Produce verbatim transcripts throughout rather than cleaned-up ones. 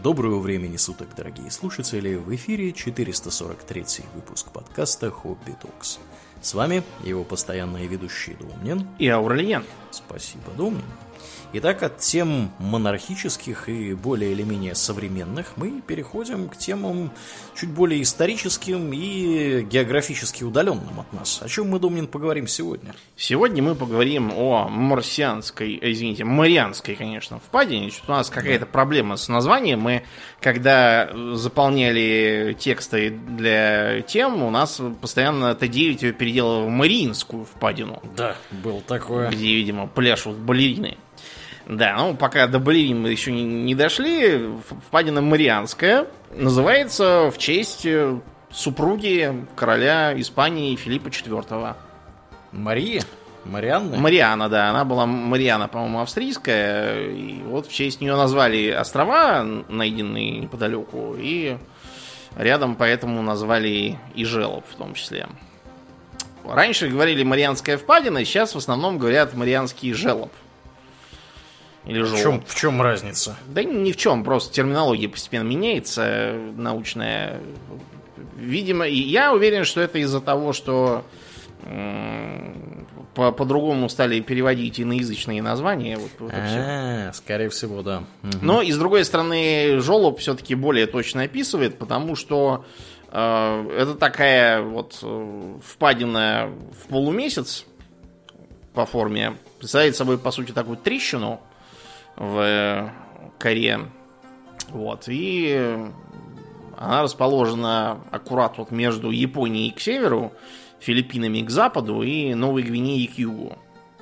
Доброго времени суток, дорогие слушатели! В эфире четыреста сорок третий выпуск подкаста «Хобби Токс». С вами его постоянные ведущие Домнин и Аурельян. Спасибо, Домнин. Итак, от тем монархических и более или менее современных мы переходим к темам чуть более историческим и географически удаленным от нас. О чем мы, Домнин, поговорим сегодня? Сегодня мы поговорим о марсианской, извините, марианской, конечно, впадине. Что-то у нас какая-то проблема с названием. Мы, когда заполняли тексты для тем, у нас постоянно Т девять ее переделал в Мариинскую впадину. Да, было такое. Где, видимо, пляшут балерины. Да, ну пока до балерин мы еще не, не дошли, впадина Марианская называется в честь супруги короля Испании Филиппа четвёртого. Мария? Марианна? Мариана, да. Она была Мариана, по-моему, австрийская. И вот в честь нее назвали острова, найденные неподалеку. И рядом поэтому назвали и Желоб в том числе. Раньше говорили Марианская впадина, сейчас в основном говорят Марианский желоб. Или в, чем, в чем разница? Да ни в чем, просто терминология постепенно меняется, научная. Видимо, я уверен, что это из-за того, что м- по- по-другому стали переводить иноязычные названия. Вот, вот А, скорее всего, да. Угу. Но, и с другой стороны, желоб все-таки более точно описывает, потому что э, это такая вот э, впадина в полумесяц по форме. Представляет собой, по сути, такую трещину в коре. Вот. И она расположена аккурат вот между Японией к северу, Филиппинами к западу и Новой Гвинеей к югу.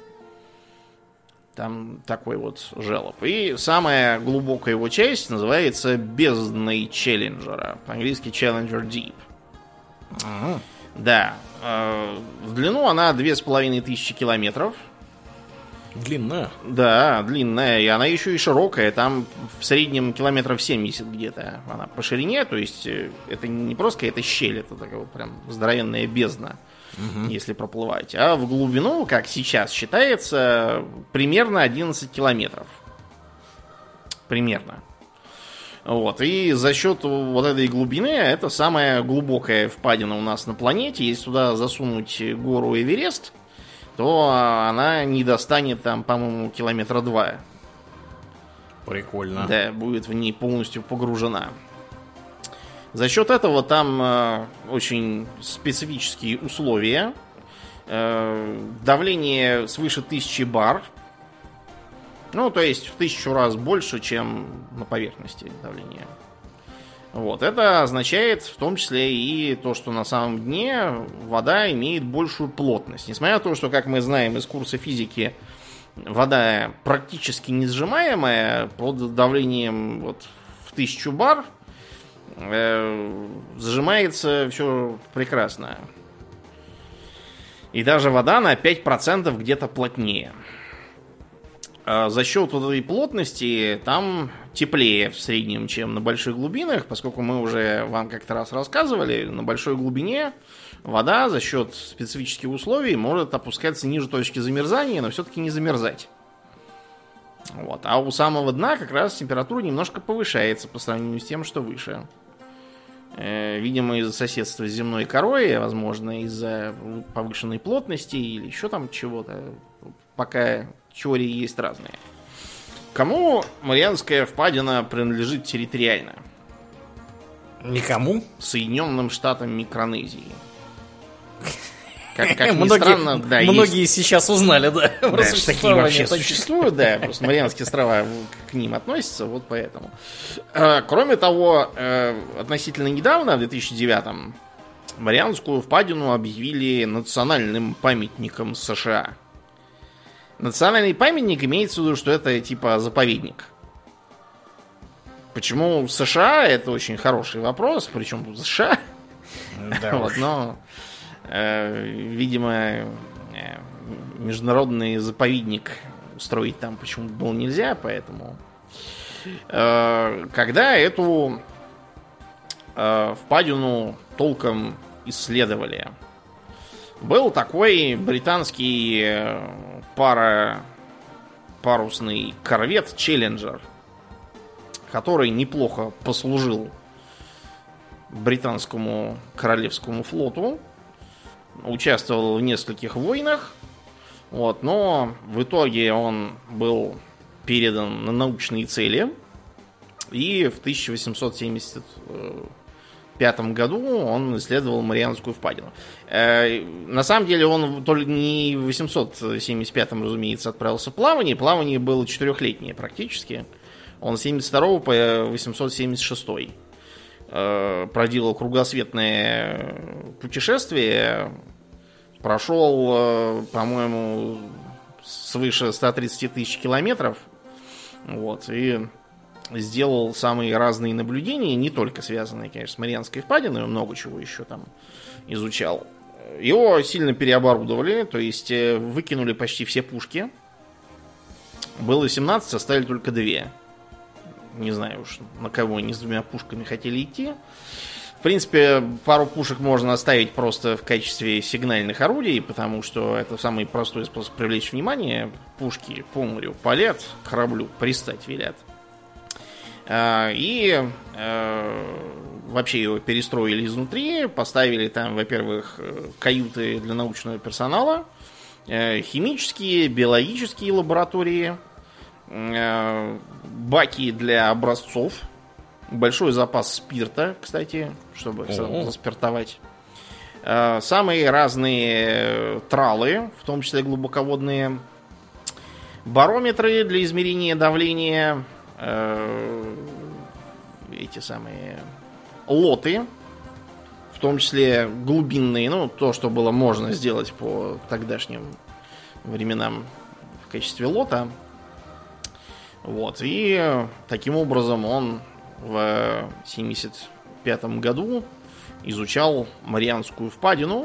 Там такой вот желоб. И самая глубокая его часть называется бездной Челленджера. По-английски Challenger Deep. Ага. Да. Э, в длину она две с половиной тысячи километров. Длинная. Да, длинная, и она еще и широкая. Там в среднем километров семьдесят где-то она по ширине. То есть это не просто какая-то щель, это такая вот прям здоровенная бездна, угу. Если проплывать. А в глубину, как сейчас считается, примерно одиннадцать километров. Примерно. Вот. И за счет вот этой глубины, это самая глубокая впадина у нас на планете. Если туда засунуть гору Эверест, то она не достанет там, по-моему, километра два. Прикольно. Да, будет в ней полностью погружена. За счет этого там э, очень специфические условия. Э, давление свыше тысячи бар. Ну, то есть в тысячу раз больше, чем на поверхности давление. Вот. Это означает в том числе и то, что на самом дне вода имеет большую плотность. Несмотря на то, что, как мы знаем из курса физики, вода практически несжимаемая, под давлением вот в тысячу бар э, сжимается все прекрасно. И даже вода на пять процентов где-то плотнее. За счет вот этой плотности там теплее в среднем, чем на больших глубинах, поскольку мы уже вам как-то раз рассказывали, на большой глубине вода за счет специфических условий может опускаться ниже точки замерзания, но все-таки не замерзать. Вот. А у самого дна как раз температура немножко повышается по сравнению с тем, что выше. Видимо, из-за соседства с земной корой, возможно, из-за повышенной плотности или еще там чего-то. Пока теории есть разные. Кому Марианская впадина принадлежит территориально? Никому? Соединенным Штатам Микронезии. Как, как ни многие, странно, да, многие есть... сейчас узнали, да. Да, что такие вообще существуют, да. Просто Марианские острова к ним относятся, вот поэтому. Кроме того, относительно недавно, в две тысячи девятом, Марианскую впадину объявили национальным памятником США. Национальный памятник имеется в виду, что это типа заповедник. Почему США? Это очень хороший вопрос. Причем тут США? Да вот, но, э, видимо, э, международный заповедник строить там почему-то было нельзя, поэтому э, когда эту э, впадину толком исследовали, был такой британский пара парусный корвет Челленджер. который неплохо послужил британскому королевскому флоту, участвовал в нескольких войнах, вот, но в итоге он был передан на научные цели, и в тысяча восемьсот семьдесят пятом году он исследовал Марианскую впадину. Э, на самом деле он только не в восемьсот семьдесят пятом, разумеется, отправился в плавание. Плавание было четырехлетнее практически. Он с семьдесят второго по восемьсот семьдесят шестой э, проделал кругосветное путешествие. Прошел, э, по-моему, свыше ста тридцати тысяч километров. Вот, и сделал самые разные наблюдения, не только связанные, конечно, с Марианской впадиной, много чего еще там изучал. Его сильно переоборудовали, то есть выкинули почти все пушки. Было семнадцать, оставили только две. Не знаю уж, на кого они с двумя пушками хотели идти. В принципе, пару пушек можно оставить просто в качестве сигнальных орудий, потому что это самый простой способ привлечь внимание. Пушки по морю палят, к кораблю пристать велят. И э, вообще его перестроили изнутри, поставили там, во-первых, каюты для научного персонала, э, химические, биологические лаборатории, э, баки для образцов, большой запас спирта, кстати, чтобы сразу заспиртовать, э, самые разные тралы, в том числе глубоководные, барометры для измерения давления, эти самые лоты, в том числе глубинные, ну, то, что было можно сделать по тогдашним временам в качестве лота. Вот, и таким образом он в семьдесят пятом году изучал Марианскую впадину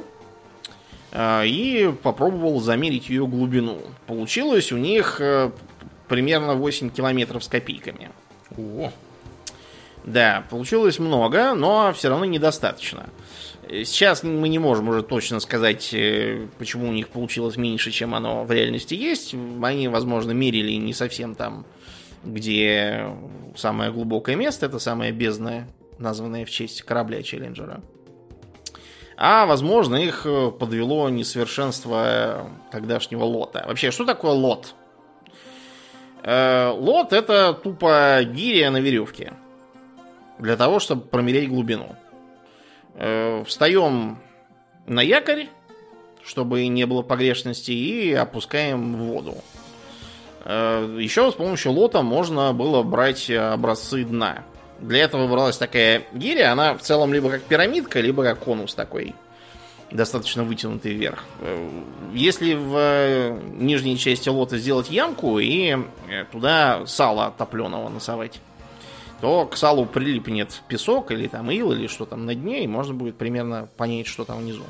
и попробовал замерить ее глубину. Получилось у них примерно восемь километров с копейками. О. Да, получилось много, но все равно недостаточно. Сейчас мы не можем уже точно сказать, почему у них получилось меньше, чем оно в реальности есть. Они, возможно, мерили не совсем там, где самое глубокое место, это самая бездна, названная в честь корабля Челленджера. А, возможно, их подвело несовершенство тогдашнего лота. Вообще, что такое лот? Лот — это тупо гиря на веревке для того, чтобы промерять глубину. Встаем на якорь, чтобы не было погрешности, и опускаем в воду. Еще с помощью лота можно было брать образцы дна. Для этого бралась такая гиря, она в целом либо как пирамидка, либо как конус такой, достаточно вытянутый вверх. Если в нижней части лота сделать ямку и туда сало топленого насовать, то к салу прилипнет песок или там ил, или что там на дне, и можно будет примерно понять, что там внизу.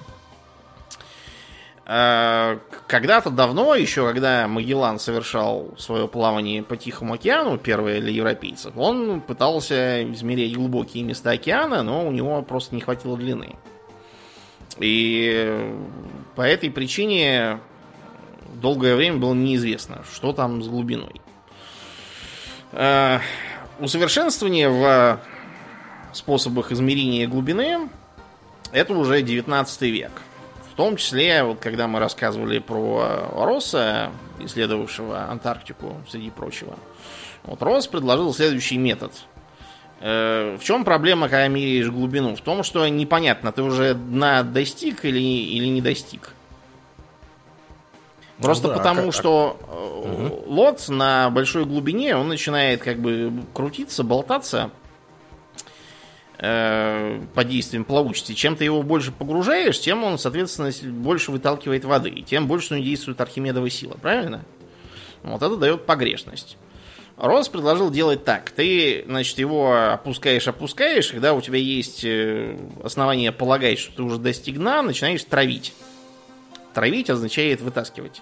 Когда-то давно, еще когда Магеллан совершал свое плавание по Тихому океану, первое для европейцев, он пытался измерять глубокие места океана, но у него просто не хватило длины. И по этой причине долгое время было неизвестно, что там с глубиной. Усовершенствование в способах измерения глубины — это уже девятнадцатый век. В том числе, вот когда мы рассказывали про Росса, исследовавшего Антарктику, среди прочего, вот Росс предложил следующий метод. В чем проблема, когда меряешь глубину? В том, что непонятно, ты уже дна достиг или, или не достиг. Просто ну, да, потому, а, что угу. лот на большой глубине, он начинает как бы крутиться, болтаться э, под действием плавучести. Чем ты его больше погружаешь, тем он, соответственно, больше выталкивает воды. И тем больше у него действует Архимедова сила, правильно? Вот это дает погрешность. Росс предложил делать так. Ты, значит, его опускаешь-опускаешь, когда у тебя есть основания полагать, что ты уже достиг дна, начинаешь травить. Травить означает вытаскивать.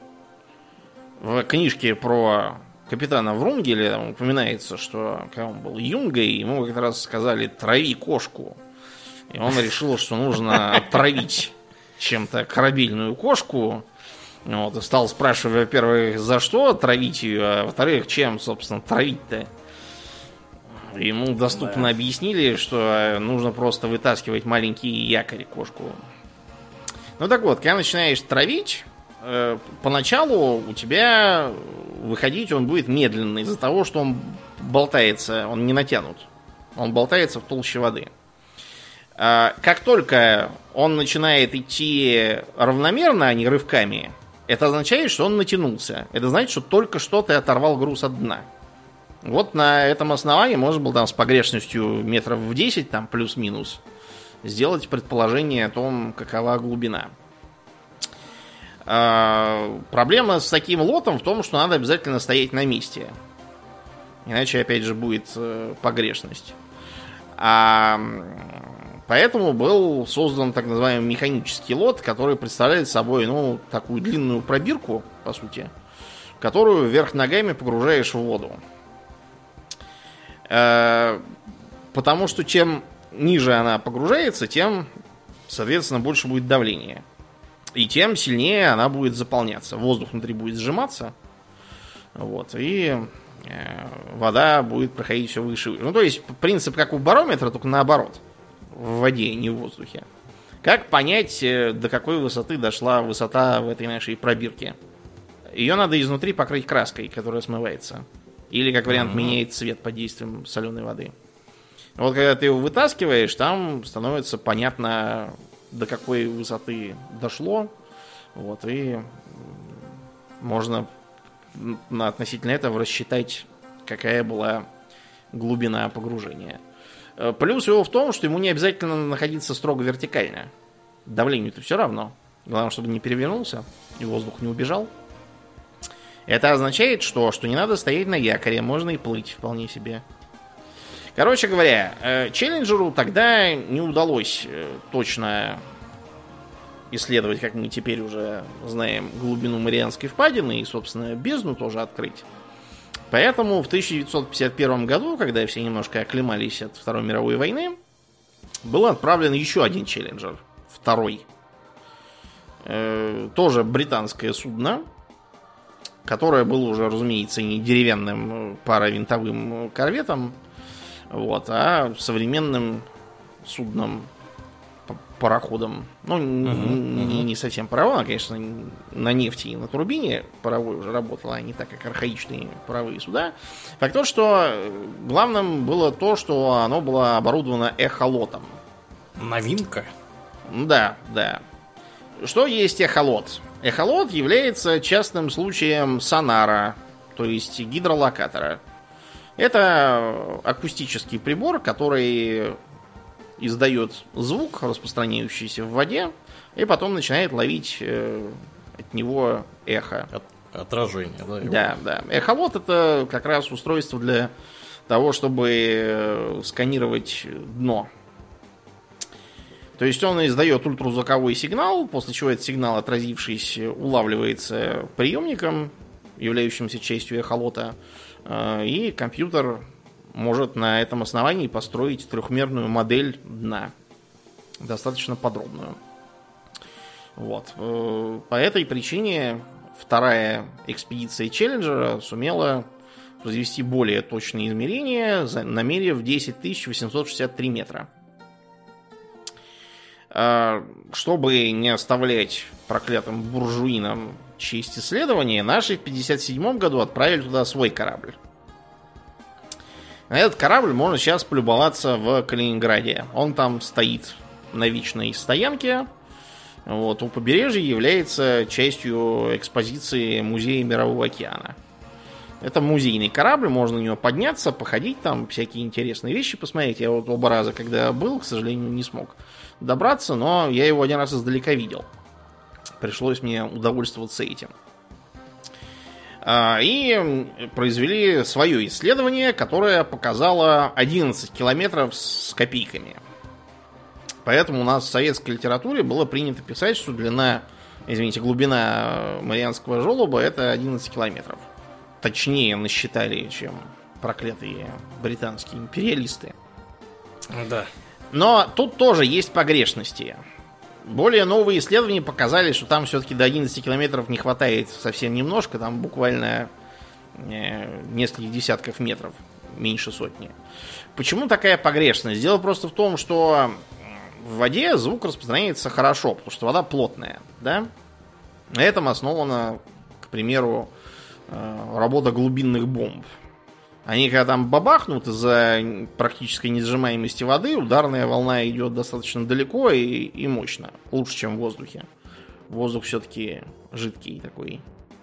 В книжке про капитана Врунгеля упоминается, что когда он был юнгой, ему как раз сказали «трави кошку». И он решил, что нужно травить чем-то корабельную кошку. Вот, и стал спрашивать, во-первых, за что травить ее, а во-вторых, чем, собственно, травить-то. Ему доступно Да. объяснили, что нужно просто вытаскивать маленький якорь кошку. Ну так вот, когда начинаешь травить, э, поначалу у тебя выходить он будет медленно из-за того, что он болтается, он не натянут. Он болтается в толще воды. А как только он начинает идти равномерно, а не рывками, это означает, что он натянулся. Это значит, что только что ты оторвал груз от дна. Вот на этом основании можно было там с погрешностью метров в десять, там плюс-минус, сделать предположение о том, какова глубина. А, проблема с таким лотом в том, что надо обязательно стоять на месте. Иначе, опять же, будет э, погрешность. А, поэтому был создан так называемый механический лот, который представляет собой, ну, такую длинную пробирку, по сути, которую вверх ногами погружаешь в воду. А, потому что чем ниже она погружается, тем, соответственно, больше будет давление. И тем сильнее она будет заполняться. Воздух внутри будет сжиматься. Вот, и э, вода будет проходить все выше и выше. Ну, то есть, принцип как у барометра, только наоборот. В воде, не в воздухе. Как понять, э, до какой высоты дошла высота в этой нашей пробирке? Ее надо изнутри покрыть краской, которая смывается. Или, как вариант, mm-hmm. меняет цвет под действием соленой воды. Вот когда ты его вытаскиваешь, там становится понятно, до какой высоты дошло. Вот, и можно на относительно этого рассчитать, какая была глубина погружения. Плюс его в том, что ему не обязательно находиться строго вертикально. Давлению-то все равно. Главное, чтобы не перевернулся и воздух не убежал. Это означает, что, что не надо стоять на якоре, можно и плыть вполне себе. Короче говоря, Челленджеру тогда не удалось точно исследовать, как мы теперь уже знаем, глубину Марианской впадины и, собственно, бездну тоже открыть. Поэтому в тысяча девятьсот пятьдесят первом году, когда все немножко оклемались от Второй мировой войны, был отправлен еще один Челленджер, второй. Э, тоже британское судно, которое было уже, разумеется, не деревянным паровинтовым корветом, вот, а современным судном, пароходом. Ну, uh-huh, uh-huh. Не, не совсем паровой, конечно, на нефти и на турбине паровой уже работала, а не так, как архаичные паровые суда. Факт то, что главным было то, что оно было оборудовано эхолотом. Новинка? Да, да. Что есть эхолот? Эхолот является частным случаем сонара, то есть гидролокатора. Это акустический прибор, который издает звук, распространяющийся в воде, и потом начинает ловить э, от него эхо. От, отражение, да? Его? Да, да. Эхолот — это как раз устройство для того, чтобы э, сканировать дно. То есть он издает ультразвуковой сигнал, после чего этот сигнал, отразившись, улавливается приемником, являющимся частью эхолота, э, и компьютер может на этом основании построить трехмерную модель дна. Достаточно подробную. Вот. По этой причине вторая экспедиция Челленджера сумела произвести более точные измерения, намерив десять тысяч восемьсот шестьдесят три метра. Чтобы не оставлять проклятым буржуинам честь исследования, наши в пятьдесят седьмом году отправили туда свой корабль. На этот корабль можно сейчас полюбоваться в Калининграде. Он там стоит на вечной стоянке. Вот, у побережья является частью экспозиции Музея Мирового океана. Это музейный корабль, можно на него подняться, походить там, всякие интересные вещи посмотреть. Я вот оба раза, когда был, к сожалению, не смог добраться, но я его один раз издалека видел. Пришлось мне удовольствоваться этим. И произвели свое исследование, которое показало одиннадцать километров с копейками. Поэтому у нас в советской литературе было принято писать, что длина, извините, глубина Марианского желоба — это одиннадцать километров. Точнее насчитали, чем проклятые британские империалисты. Да. Но тут тоже есть погрешности. Более новые исследования показали, что там все-таки до одиннадцати километров не хватает совсем немножко. Там буквально э, несколько десятков метров меньше сотни. Почему такая погрешность? Дело просто в том, что в воде звук распространяется хорошо, потому что вода плотная, да? На этом основана, к примеру, работа глубинных бомб. Они когда там бабахнут из-за практической несжимаемости воды, ударная волна идет достаточно далеко и, и мощно. Лучше, чем в воздухе. Воздух все-таки жидкий такой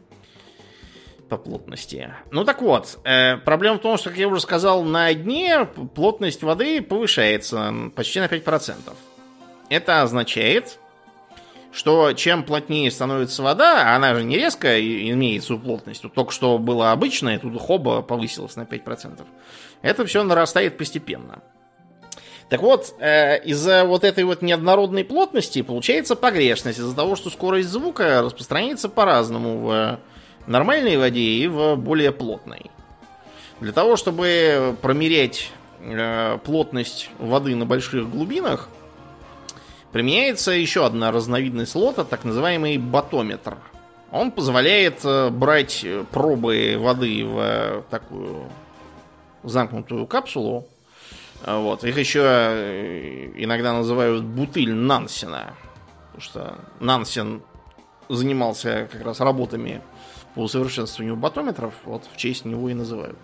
по плотности. Ну так вот, э, проблема в том, что, как я уже сказал, на дне плотность воды повышается почти на пять процентов. Это означает, что чем плотнее становится вода, а она же не резко имеет свою плотность, тут только что было обычное, тут хоба повысилось на пять процентов. Это все нарастает постепенно. Так вот, э, из-за вот этой вот неоднородной плотности получается погрешность, из-за того, что скорость звука распространяется по-разному в нормальной воде и в более плотной. Для того, чтобы промерять э, плотность воды на больших глубинах, применяется еще одна разновидность лота, так называемый батометр. Он позволяет брать пробы воды в такую замкнутую капсулу. Вот. Их еще иногда называют бутыль Нансена. Потому что Нансен занимался как раз работами по усовершенствованию батометров. Вот в честь него и называют.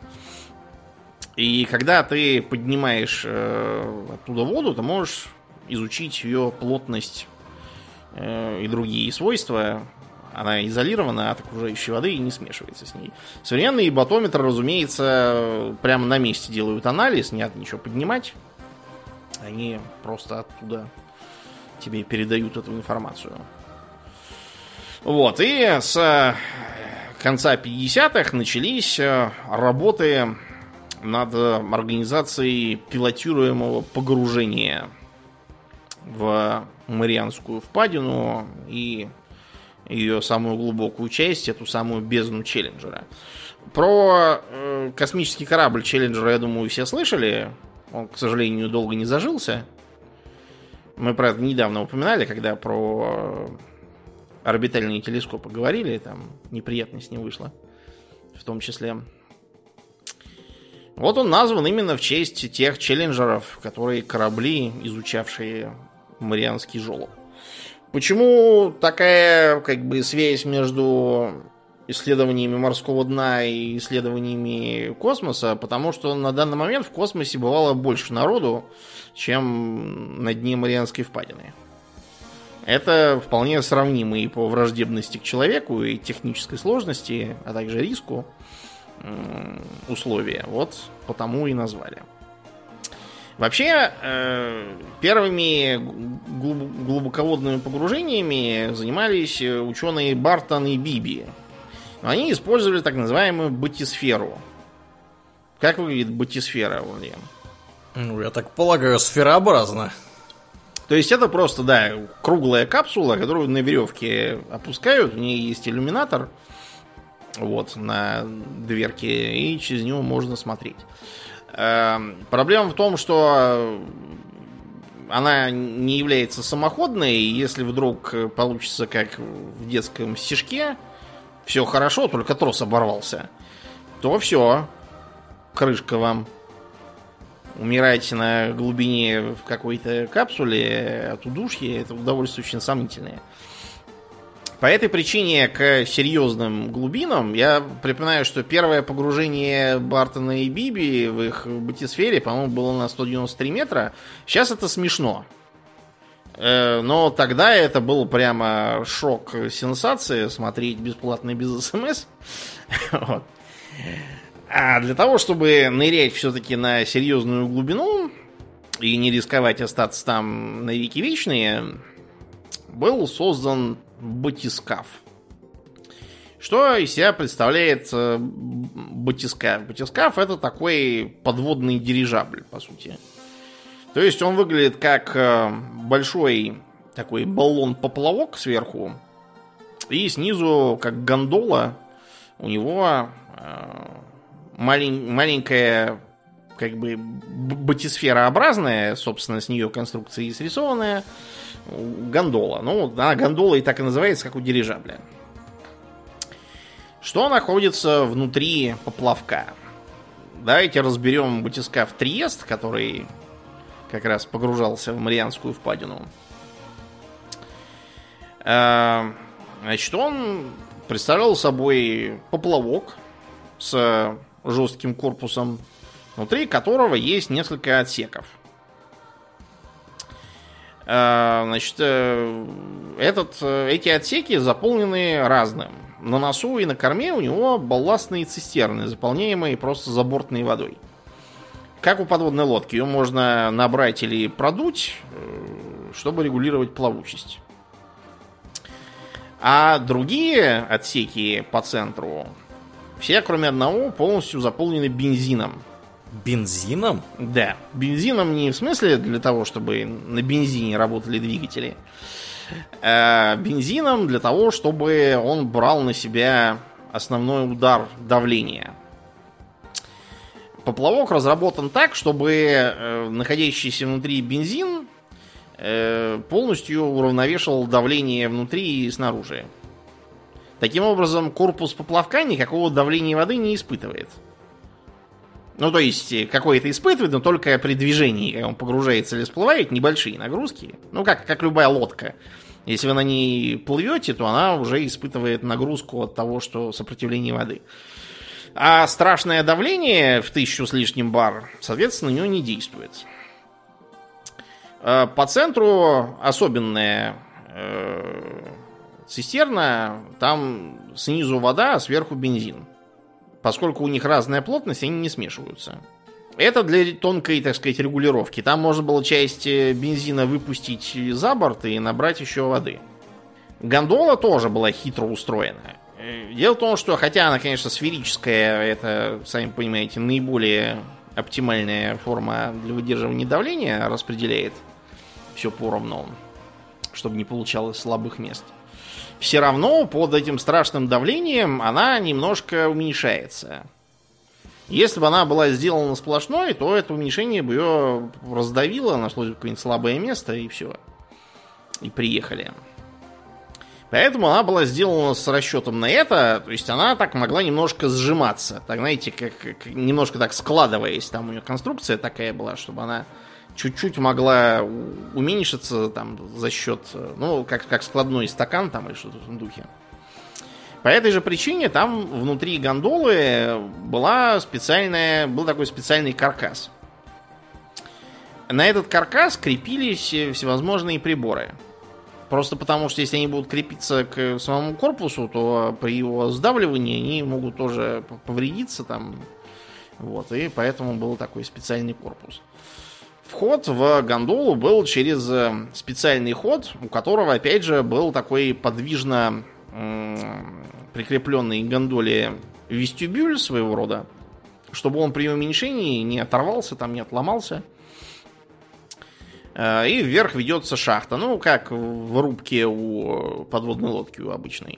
И когда ты поднимаешь оттуда воду, ты можешь изучить ее плотность э, и другие свойства. Она изолирована от окружающей воды и не смешивается с ней. Современные батометры, разумеется, прямо на месте делают анализ, не надо ничего поднимать. Они просто оттуда тебе передают эту информацию. Вот, и с конца пятидесятых начались работы над организацией пилотируемого погружения в Марианскую впадину и ее самую глубокую часть, эту самую бездну Челленджера. Про э, космический корабль Челленджера, я думаю, все слышали. Он, к сожалению, долго не зажился. Мы про это недавно упоминали, когда про орбитальные телескопы говорили. Там неприятность не вышла. В том числе. Вот он назван именно в честь тех челленджеров, которые корабли, изучавшие Марианский желоб. Почему такая, как бы, связь между исследованиями морского дна и исследованиями космоса? Потому что на данный момент в космосе бывало больше народу, чем на дне Марианской впадины. Это вполне сравнимо и по враждебности к человеку, и технической сложности, а также риску условия. Вот потому и назвали. Вообще, первыми глубоководными погружениями занимались ученые Бартон и Биби. Они использовали так называемую батисферу. Как выглядит батисфера, Владимир? Ну, я так полагаю, сферообразно. То есть это просто, да, круглая капсула, которую на веревке опускают, в ней есть иллюминатор, вот, на дверке, и через него можно смотреть. Проблема в том, что она не является самоходной, и если вдруг получится, как в детском стишке, все хорошо, только трос оборвался, то все, крышка вам. Умирать на глубине в какой-то капсуле от удушья — это удовольствие очень сомнительное. По этой причине к серьезным глубинам я припоминаю, что первое погружение Бартона и Биби в их батисфере, по-моему, было на сто девяносто три метра. Сейчас это смешно. Но тогда это был прямо шок, сенсация смотреть бесплатно без СМС. Вот. А для того, чтобы нырять все-таки на серьезную глубину и не рисковать остаться там на веки вечные, был создан батискаф. Что из себя представляет батискаф? Батискаф — это такой подводный дирижабль, по сути. То есть он выглядит как большой такой баллон-поплавок сверху, и снизу, как гондола, у него малень, маленькая, как бы, батисферообразная, собственно, с нее конструкция и срисованная гондола. Ну, она гондола и так и называется, как у дирижабля. Что находится внутри поплавка? давайте разберем батискаф Триест, который как раз погружался в Марианскую впадину. Значит, он представлял собой поплавок с жестким корпусом, внутри которого есть несколько отсеков. Значит, этот, эти отсеки заполнены разным. На носу и на корме у него балластные цистерны, заполняемые просто забортной водой. Как у подводной лодки, ее можно набрать или продуть, чтобы регулировать плавучесть. А другие отсеки по центру, все, кроме одного, полностью заполнены бензином. Бензином? Да. Бензином не в смысле для того, чтобы на бензине работали двигатели. А бензином для того, чтобы он брал на себя основной удар давления. Поплавок разработан так, чтобы находящийся внутри бензин полностью уравновешивал давление внутри и снаружи. Таким образом, корпус поплавка никакого давления воды не испытывает. Ну, то есть, какое-то испытывает, но только при движении, когда он погружается или всплывает, небольшие нагрузки. Ну, как, как любая лодка. Если вы на ней плывете, то она уже испытывает нагрузку от того, что сопротивление воды. А страшное давление в тысячу с лишним бар, соответственно, на него не действует. По центру особенная э, цистерна, там снизу вода, а сверху бензин. Поскольку у них разная плотность, они не смешиваются. Это для тонкой, так сказать, регулировки. Там можно было часть бензина выпустить за борт и набрать еще воды. Гондола тоже была хитро устроена. Дело в том, что хотя она, конечно, сферическая, это, сами понимаете, наиболее оптимальная форма для выдерживания давления, распределяет все поровну, чтобы не получалось слабых мест. Все равно под этим страшным давлением она немножко уменьшается. Если бы она была сделана сплошной, то это уменьшение бы ее раздавило, нашлось бы какое-нибудь слабое место, и все. И приехали. Поэтому она была сделана с расчетом на это, то есть она так могла немножко сжиматься. Так, знаете, как, как немножко так складываясь. Там у нее конструкция такая была, чтобы она чуть-чуть могла уменьшиться там за счет, ну, как, как складной стакан там или что-то в этом духе. По этой же причине там внутри гондолы была специальная, был такой специальный каркас. На этот каркас крепились всевозможные приборы. Просто потому, что если они будут крепиться к самому корпусу, то при его сдавливании они могут тоже повредиться там. Вот, и поэтому был такой специальный корпус. Вход в гондолу был через специальный ход, у которого, опять же, был такой подвижно м- прикрепленный к гондоле вестибюль своего рода, чтобы он при уменьшении не оторвался, там не отломался. И вверх ведется шахта. Ну, как в рубке у подводной лодки у обычной.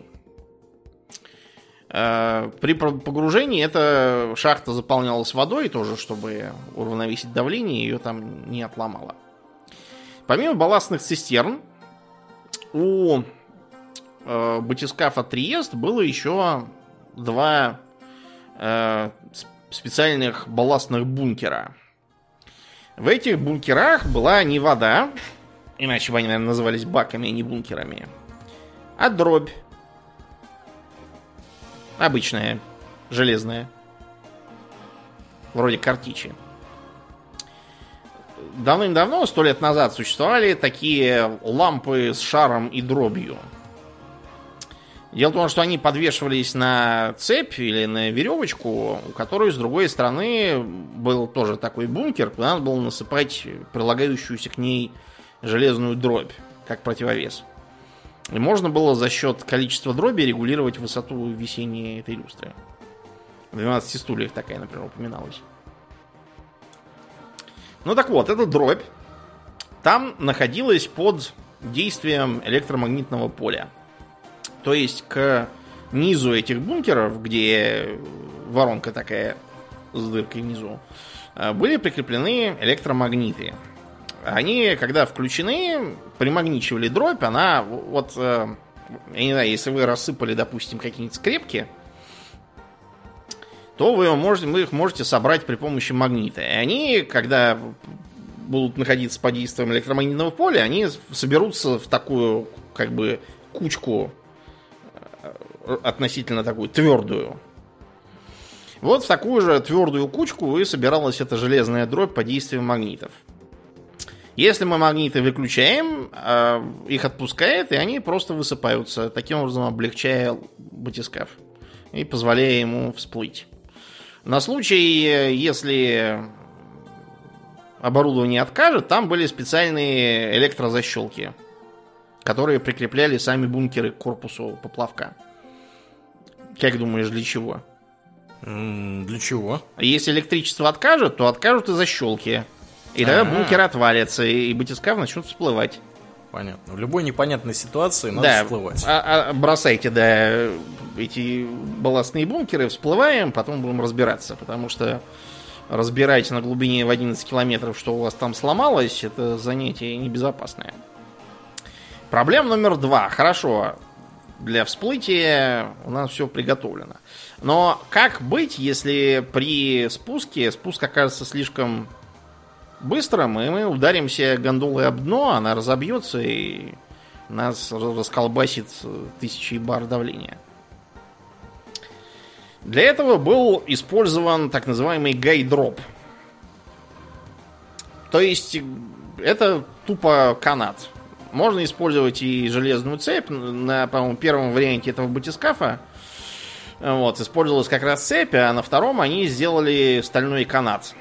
При погружении эта шахта заполнялась водой тоже, чтобы уравновесить давление, ее там не отломало. Помимо балластных цистерн, у э, батискафа Триест было еще два э, специальных балластных бункера. В этих бункерах была не вода, иначе бы они, наверное, назывались баками, а не бункерами, а дробь. Обычная, железная. Вроде картичи. Давным-давно, сто лет назад, существовали такие лампы с шаром и дробью. Дело в том, что они подвешивались на цепь или на веревочку, у которой с другой стороны был тоже такой бункер, куда надо было насыпать прилагающуюся к ней железную дробь, как противовес. И можно было за счет количества дроби регулировать высоту висения этой люстры. В двенадцати стульях такая, например, упоминалась. Ну так вот, эта дробь там находилась под действием электромагнитного поля. То есть к низу этих бункеров, где воронка такая с дыркой внизу, были прикреплены электромагниты. Они, когда включены, примагничивали дробь, она вот, я не знаю, если вы рассыпали, допустим, какие-нибудь скрепки, то вы, можете, вы их можете собрать при помощи магнита. И они, когда будут находиться под действием электромагнитного поля, они соберутся в такую, как бы, кучку относительно такую твердую. Вот в такую же твердую кучку и собиралась эта железная дробь под действием магнитов. Если мы магниты выключаем, их отпускает, и они просто высыпаются, таким образом облегчая батискаф и позволяя ему всплыть. На случай, если оборудование откажет, там были специальные электрозащелки, которые прикрепляли сами бункеры к корпусу поплавка. Как думаешь, для чего? Для чего? Если электричество откажет, то откажут и защелки. И тогда А-а-а. бункер отвалится, и батискаф начнет всплывать. Понятно. В любой непонятной ситуации надо да, всплывать. А, а, бросайте, да, эти балластные бункеры, всплываем, потом будем разбираться. Потому что разбирать на глубине в одиннадцать километров, что у вас там сломалось, это занятие небезопасное. Проблема номер два. Хорошо, для всплытия у нас все приготовлено. Но как быть, если при спуске спуск окажется слишком быстрым, и мы ударимся гондолой об дно, она разобьется и нас расколбасит тысячи бар давления? Для этого был использован так называемый гайдроп. То есть это тупо канат. Можно использовать и железную цепь. На, по-моему, первом варианте этого батискафа вот, использовалась как раз цепь, а на втором они сделали стальной канат.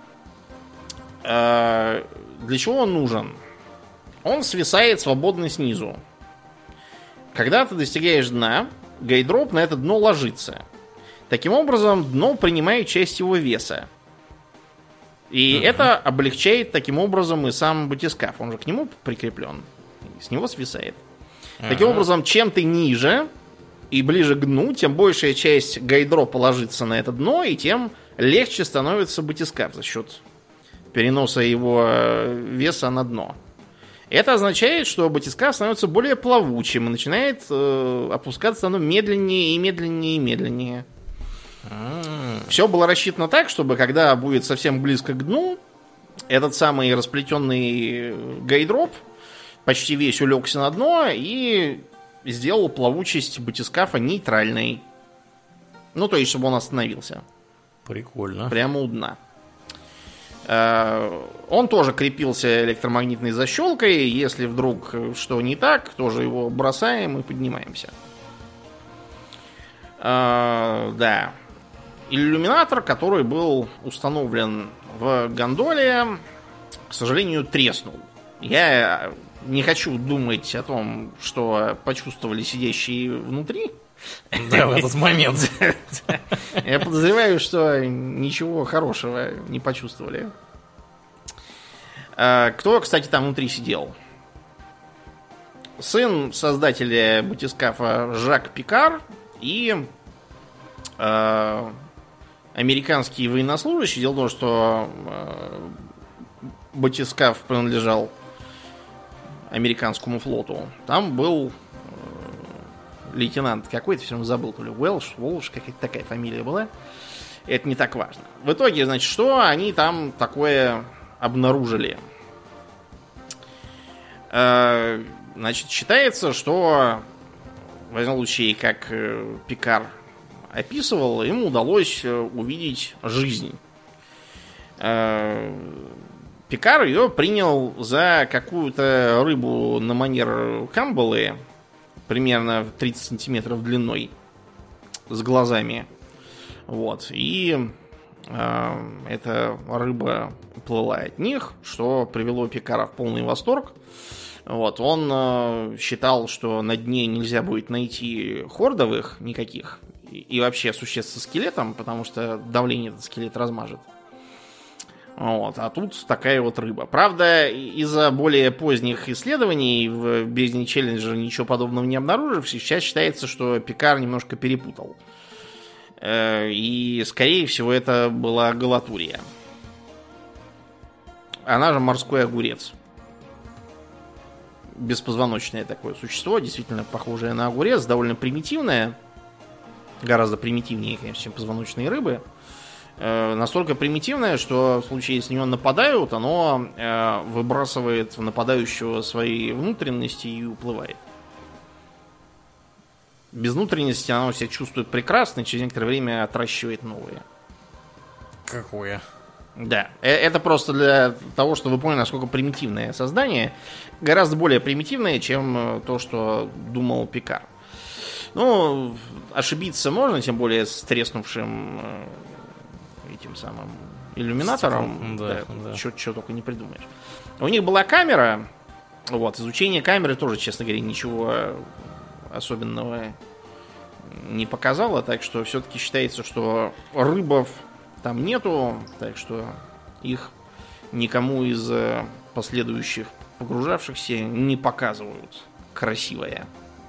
Э, для чего он нужен? Он свисает свободно снизу. Когда ты достигаешь дна, гайдроп на это дно ложится. Таким образом, дно принимает часть его веса. И uh-huh. это облегчает таким образом и сам батискаф. Он же к нему прикреплен. С него свисает. Uh-huh. Таким образом, чем ты ниже и ближе к дну, тем большая часть гайдропа ложится на это дно, и тем легче становится батискаф за счет переноса его веса на дно. Это означает, что батискаф становится более плавучим и начинает э, опускаться оно медленнее и медленнее и медленнее. Mm. Все было рассчитано так, чтобы когда будет совсем близко к дну, этот самый расплетенный гайдроп почти весь улегся на дно и сделал плавучесть батискафа нейтральной. Ну, то есть, чтобы он остановился. Прикольно. Прямо у дна. Он тоже крепился электромагнитной защелкой. Если вдруг что не так, тоже его бросаем и поднимаемся. Да. Иллюминатор, который был установлен в гондоле, к сожалению, треснул. Я не хочу думать о том, что почувствовали сидящие внутри. Да, в этот момент. Я подозреваю, что ничего хорошего не почувствовали. Кто, кстати, там внутри сидел? Сын создателя батискафа Жак Пикар и э, американский военнослужащий. Дело в том, что э, батискаф принадлежал американскому флоту. Там был лейтенант какой-то, все равно забыл, то ли Уэлш, Уолш, какая-то такая фамилия была. Это не так важно. В итоге, значит, что они там такое обнаружили? Значит, считается, что в этом случае, как Пикар описывал, ему удалось увидеть жизнь. Пикар ее принял за какую-то рыбу на манер камбалы, примерно тридцать сантиметров длиной, с глазами. Вот. И э, эта рыба плыла от них, что привело Пикара в полный восторг. Вот. Он э, считал, что на дне нельзя будет найти хордовых никаких и, и вообще существ со скелетом, потому что давление этот скелет размажет. Вот, а тут такая вот рыба. Правда, из-за более поздних исследований в бездне Челленджера ничего подобного не обнаружившись, сейчас считается, что Пикар немножко перепутал. И, скорее всего, это была галатурия. Она же морской огурец. Беспозвоночное такое существо, действительно похожее на огурец, довольно примитивное. гораздо примитивнее, конечно, чем позвоночные рыбы. Э, настолько примитивное, что в случае, если на него нападают, оно э, выбрасывает в нападающего свои внутренности и уплывает. Без внутренности оно себя чувствует прекрасно, и через некоторое время отращивает новые. Какое? Да, это просто для того, чтобы вы поняли, насколько примитивное создание. Гораздо более примитивное, чем то, что думал Пикар. Ну, ошибиться можно, тем более с треснувшим этим самым иллюминатором. Да, да, да. Что только не придумаешь. У них была камера. Вот, изучение камеры тоже, честно говоря, ничего особенного не показало. Так что все-таки считается, что рыбов там нету, так что их никому из последующих погружавшихся не показывают. Красивая.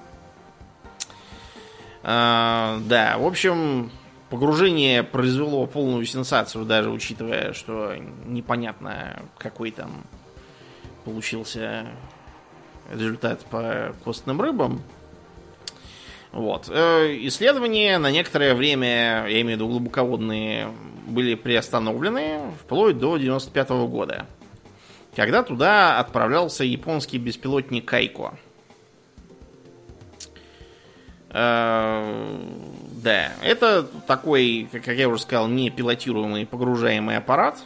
А, да, в общем, погружение произвело полную сенсацию, даже учитывая, что непонятно, какой там получился результат по костным рыбам. Вот. Исследования на некоторое время, я имею в виду глубоководные, были приостановлены вплоть до девяносто пятого года, когда туда отправлялся японский беспилотник Кайко. Да, это такой, как я уже сказал, не пилотируемый погружаемый аппарат.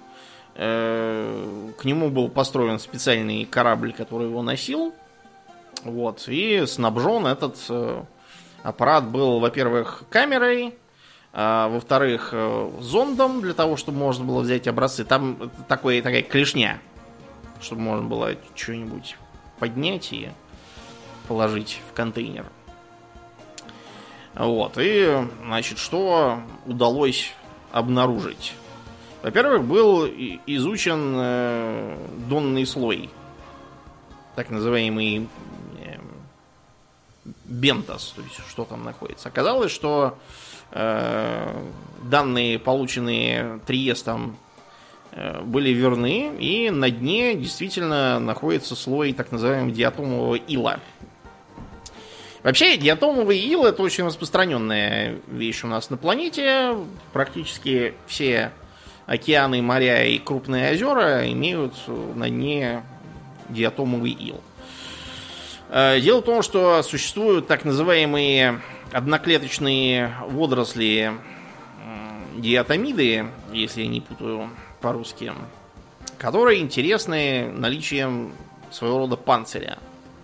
К нему был построен специальный корабль, который его носил. Вот. И снабжен этот аппарат был, во-первых, камерой, а, во-вторых, зондом, для того, чтобы можно было взять образцы. Там такой, такая клешня, чтобы можно было что-нибудь поднять и положить в контейнер. Вот. И, значит, что удалось обнаружить? Во-первых, был изучен э, донный слой, так называемый э, бентос, то есть что там находится. Оказалось, что э, данные, полученные Триестом, э, были верны, и на дне действительно находится слой так называемого диатомового ила. Вообще, диатомовый ил — это очень распространенная вещь у нас на планете. Практически все океаны, моря и крупные озера имеют на дне диатомовый ил. Дело в том, что существуют так называемые одноклеточные водоросли диатомиды, если я не путаю по-русски, которые интересны наличием своего рода панциря.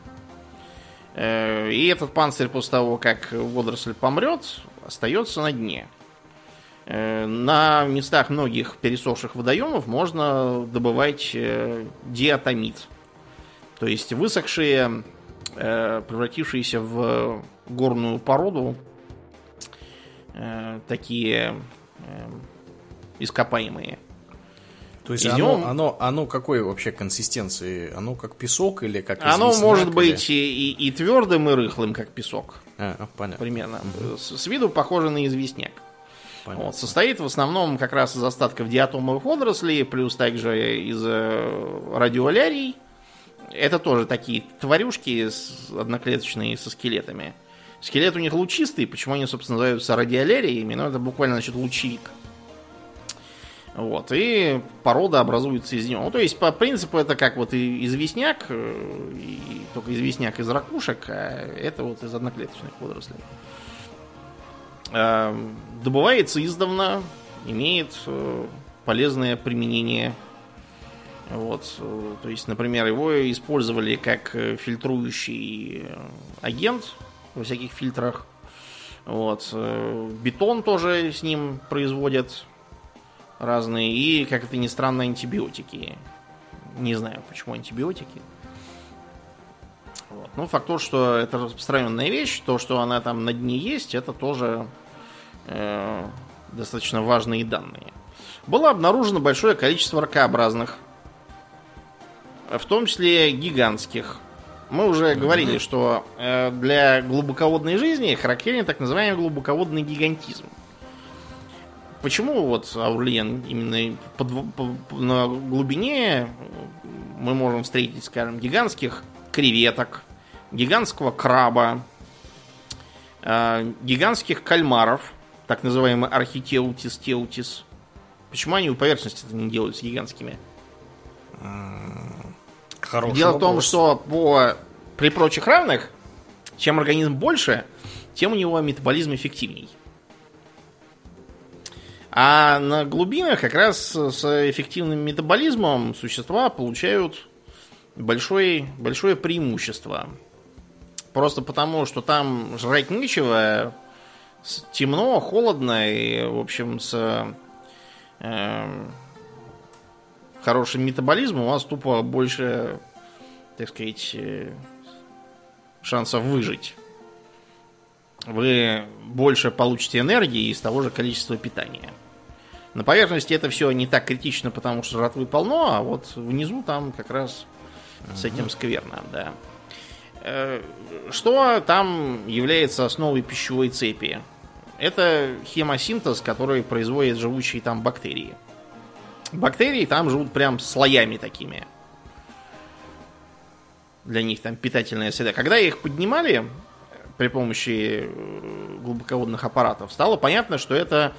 И этот панцирь после того, как водоросль помрет, остается на дне. На местах многих пересохших водоемов можно добывать диатомит. То есть высохшие, превратившиеся в горную породу, такие ископаемые. То есть оно, оно, оно какой вообще консистенции? Оно как песок или как известняк? Оно может или... быть и, и, и твердым, и рыхлым, как песок. А, понятно. Примерно. Угу. С, с виду похоже на известняк. Вот. Состоит в основном как раз из остатков диатомовых водорослей, плюс также из радиолярий. Это тоже такие тварюшки одноклеточные со скелетами. Скелет у них лучистый, почему они, собственно, называются радиоляриями, но это буквально значит лучевик. Вот, и порода образуется из него. Ну, то есть, по принципу, это как вот и известняк, и только известняк из ракушек, а это вот из одноклеточных водорослей. Добывается издавна, имеет полезное применение. Вот, то есть, например, его использовали как фильтрующий агент во всяких фильтрах. Вот, бетон тоже с ним производят разные, и, как это ни странно, антибиотики. Не знаю, почему антибиотики. Вот. Ну, факт тот, что это распространенная вещь, то, что она там на дне есть, это тоже э, достаточно важные данные. Было обнаружено большое количество ракообразных, в том числе гигантских. Мы уже говорили, что э, для глубоководной жизни характерен так называемый глубоководный гигантизм. Почему вот Аурлиен именно под, по, на глубине мы можем встретить, скажем, гигантских креветок, гигантского краба, э, гигантских кальмаров, так называемый архитеутис теутис. Почему они у поверхности не делаются гигантскими? Хороший Дело вопрос. в том, что по, при прочих равных, чем организм больше, тем у него метаболизм эффективней. А на глубинах как раз с эффективным метаболизмом существа получают большое, большое преимущество. Просто потому, что там жрать нечего, темно, холодно, и, в общем, с э, хорошим метаболизмом у вас тупо больше, так сказать, э, шансов выжить. Вы больше получите энергии из того же количества питания. На поверхности это все не так критично, потому что жратвы полно, а вот внизу там как раз uh-huh. с этим скверно, да. Что там является основой пищевой цепи? Это хемосинтез, который производят живущие там бактерии. Бактерии там живут прям слоями такими. Для них там питательная среда. Когда их поднимали при помощи глубоководных аппаратов, стало понятно, что это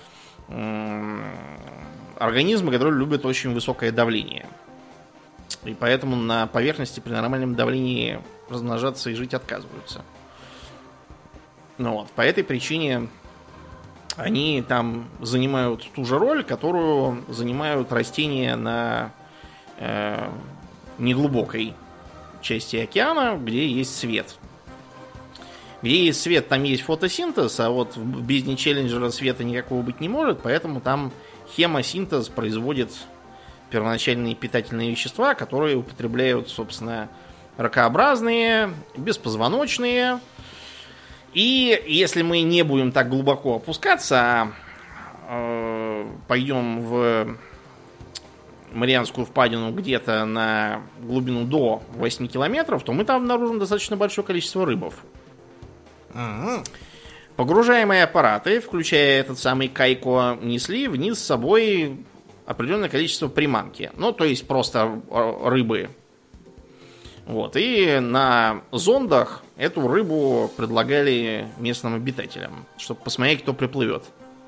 организмы, которые любят очень высокое давление. И поэтому на поверхности при нормальном давлении размножаться и жить отказываются. Ну вот, по этой причине они там занимают ту же роль, которую занимают растения на э, неглубокой части океана, где есть свет. Где есть свет, там есть фотосинтез, а вот в бездне Челленджера света никакого быть не может, поэтому там хемосинтез производит первоначальные питательные вещества, которые употребляют, собственно, ракообразные, беспозвоночные. И если мы не будем так глубоко опускаться, а э, пойдем в Марианскую впадину где-то на глубину до восьми километров, то мы там обнаружим достаточно большое количество рыбов. Угу. Погружаемые аппараты, включая этот самый Кайко, несли вниз с собой определенное количество приманки. Ну, то есть просто рыбы. Вот. И на зондах эту рыбу предлагали местным обитателям, чтобы посмотреть, кто приплывет.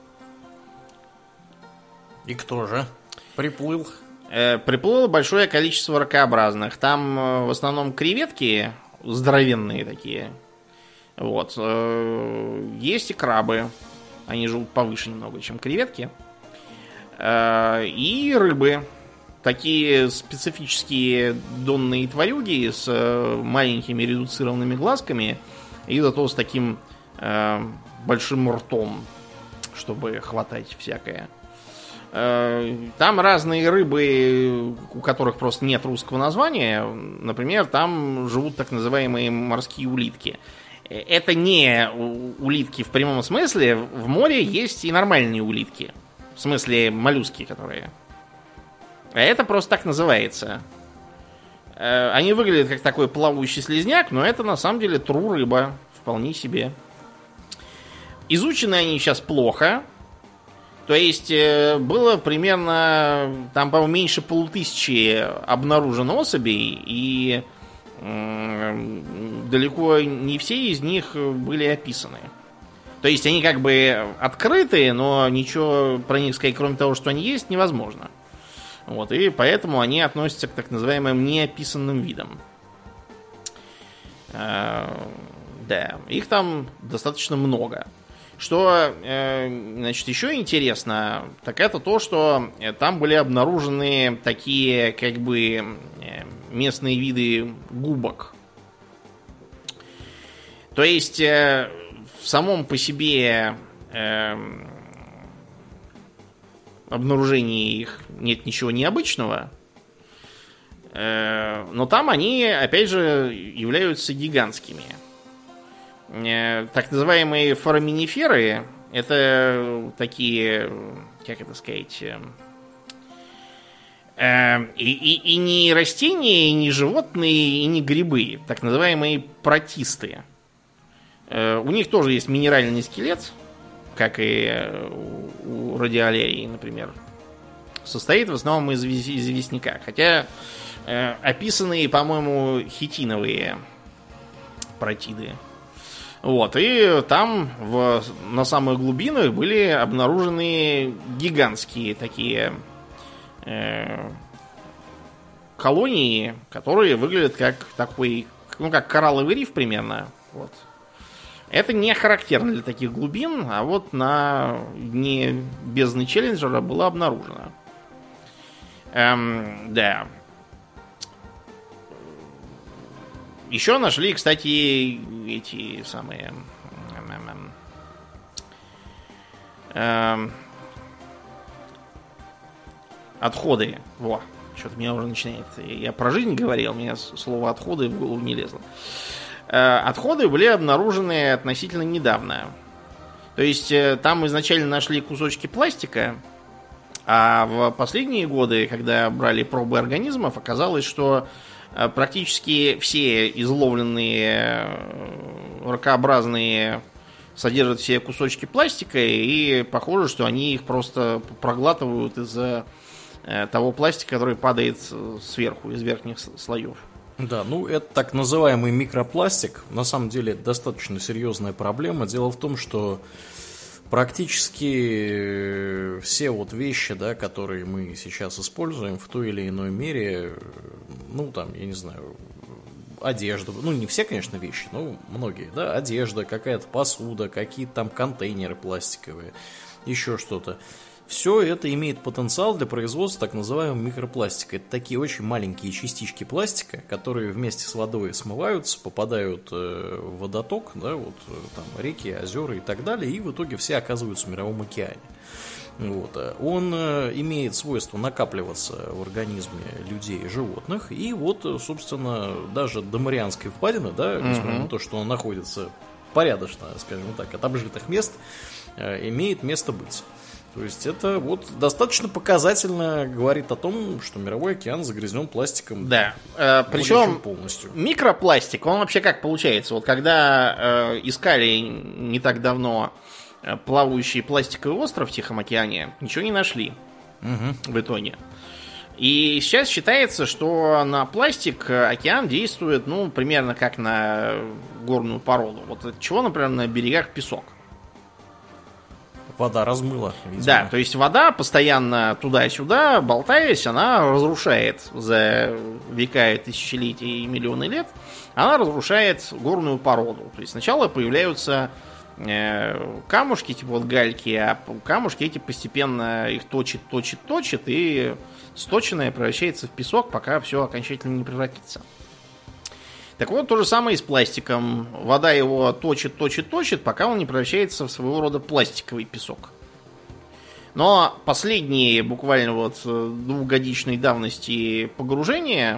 И кто же приплыл? Э, приплыло большое количество ракообразных. Там э, в основном креветки здоровенные такие. Вот. Э, есть и крабы. Они живут повыше немного, чем креветки. Э, и рыбы. Такие специфические донные тварюги с э, маленькими редуцированными глазками и зато с таким э, большим ртом, чтобы хватать всякое. Э, там разные рыбы, у которых просто нет русского названия. Например, там живут так называемые морские улитки. Это не улитки в прямом смысле. В море есть и нормальные улитки. В смысле моллюски, которые... А это просто так называется. Они выглядят как такой плавающий слизняк, но это на самом деле тру рыба. Вполне себе. Изучены они сейчас плохо. То есть было примерно, там, по-моему, меньше полутысячи обнаружено особей, и далеко не все из них были описаны. То есть они как бы открыты, но ничего про них сказать, кроме того, что они есть, невозможно. Вот, и поэтому они относятся к так называемым неописанным видам. Э, да, их там достаточно много. Что, э, значит, еще интересно, так это то, что там были обнаружены такие, как бы, местные виды губок. То есть, э, в самом по себе... Э, обнаружении их нет ничего необычного. Но там они, опять же, являются гигантскими. Так называемые фораминиферы — это такие, как это сказать, и, и, и не растения, и не животные, и не грибы. Так называемые протисты. У них тоже есть минеральный скелет, как и у радиолерии, например, состоит в основном из известняка. Хотя э, описанные, по-моему, хитиновые протиды. Вот, и там в, на самых глубинах были обнаружены гигантские такие э, колонии, которые выглядят как такой, ну, как коралловый риф примерно. Вот. Это не характерно для таких глубин, а вот на дне бездны Челленджера было обнаружено. Эм, да. Еще нашли, кстати, эти самые эм, отходы. Во, что-то меня уже начинает. Я про жизнь говорил, у меня слово отходы в голову не лезло. Э, отходы были обнаружены относительно недавно. То есть э, там изначально нашли кусочки пластика, а в последние годы, когда брали пробы организмов, оказалось, что практически все изловленные ракообразные содержат все кусочки пластика, и похоже, что они их просто проглатывают из-за того пластика, который падает сверху, из верхних слоев. Да, ну это так называемый микропластик. На самом деле это достаточно серьезная проблема. Дело в том, что практически все вот вещи, да, которые мы сейчас используем в той или иной мере, ну там, я не знаю, одежда, ну не все, конечно, вещи, но многие, да, одежда, какая-то посуда, какие-то там контейнеры пластиковые, еще что-то. Все это имеет потенциал для производства так называемого микропластика. Это такие очень маленькие частички пластика, которые вместе с водой смываются, попадают в водоток, да, вот там реки, озера и так далее, и в итоге все оказываются в мировом океане. Вот. Он имеет свойство накапливаться в организме людей и животных, и вот, собственно, даже до Марианской впадины, да, несмотря на то, что он находится порядочно, скажем так, от обжитых мест, имеет место быть. То есть это вот достаточно показательно говорит о том, что мировой океан загрязнен пластиком. Да, э, причем полностью. Микропластик, он вообще как получается? Вот когда э, искали не так давно плавающий пластиковый остров в Тихом океане, ничего не нашли угу. в итоге. И сейчас считается, что на пластик океан действует, ну, примерно как на горную породу. Вот от чего, например, на берегах песок. Вода размыла, видимо. Да, то есть вода постоянно туда-сюда, болтаясь, она разрушает за века и тысячелетия и миллионы лет, она разрушает горную породу. То есть сначала появляются э, камушки, типа вот гальки, а камушки эти постепенно их точит, точит, точит, и сточенное превращается в песок, пока все окончательно не превратится. Так вот, то же самое и с пластиком. Вода его точит, точит, точит, пока он не превращается в своего рода пластиковый песок. Но последние, буквально вот двухгодичной давности погружения